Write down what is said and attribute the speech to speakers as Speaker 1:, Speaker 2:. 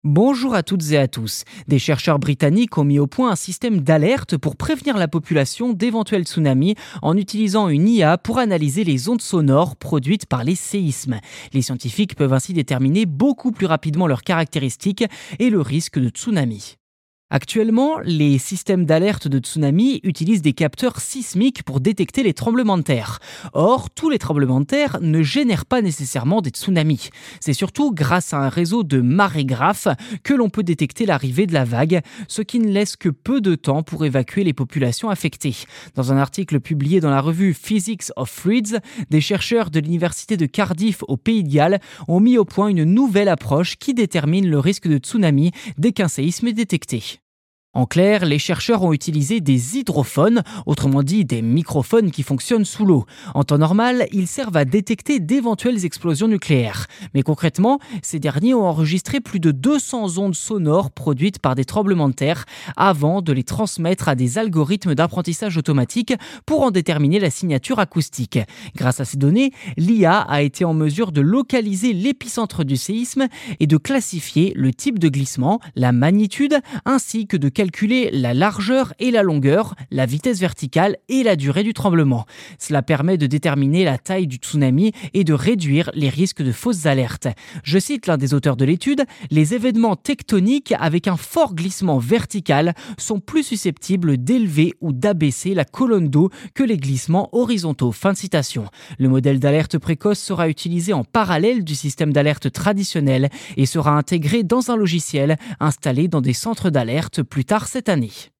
Speaker 1: Bonjour à toutes et à tous. Des chercheurs britanniques ont mis au point un système d'alerte pour prévenir la population d'éventuels tsunamis en utilisant une IA pour analyser les ondes sonores produites par les séismes. Les scientifiques peuvent ainsi déterminer beaucoup plus rapidement leurs caractéristiques et le risque de tsunami. Actuellement, les systèmes d'alerte de tsunami utilisent des capteurs sismiques pour détecter les tremblements de terre. Or, tous les tremblements de terre ne génèrent pas nécessairement des tsunamis. C'est surtout grâce à un réseau de marégraphes que l'on peut détecter l'arrivée de la vague, ce qui ne laisse que peu de temps pour évacuer les populations affectées. Dans un article publié dans la revue Physics of Fluids, des chercheurs de l'université de Cardiff au Pays de Galles ont mis au point une nouvelle approche qui détermine le risque de tsunami dès qu'un séisme est détecté. En clair, les chercheurs ont utilisé des hydrophones, autrement dit des microphones qui fonctionnent sous l'eau. En temps normal, ils servent à détecter d'éventuelles explosions nucléaires. Mais concrètement, ces derniers ont enregistré plus de 200 ondes sonores produites par des tremblements de terre avant de les transmettre à des algorithmes d'apprentissage automatique pour en déterminer la signature acoustique. Grâce à ces données, l'IA a été en mesure de localiser l'épicentre du séisme et de classifier le type de glissement, la magnitude, ainsi que de calculer la largeur et la longueur, la vitesse verticale et la durée du tremblement. Cela permet de déterminer la taille du tsunami et de réduire les risques de fausses alertes. Je cite l'un des auteurs de l'étude, les événements tectoniques avec un fort glissement vertical sont plus susceptibles d'élever ou d'abaisser la colonne d'eau que les glissements horizontaux. Fin de citation. Le modèle d'alerte précoce sera utilisé en parallèle du système d'alerte traditionnel et sera intégré dans un logiciel installé dans des centres d'alerte plus tard cette année.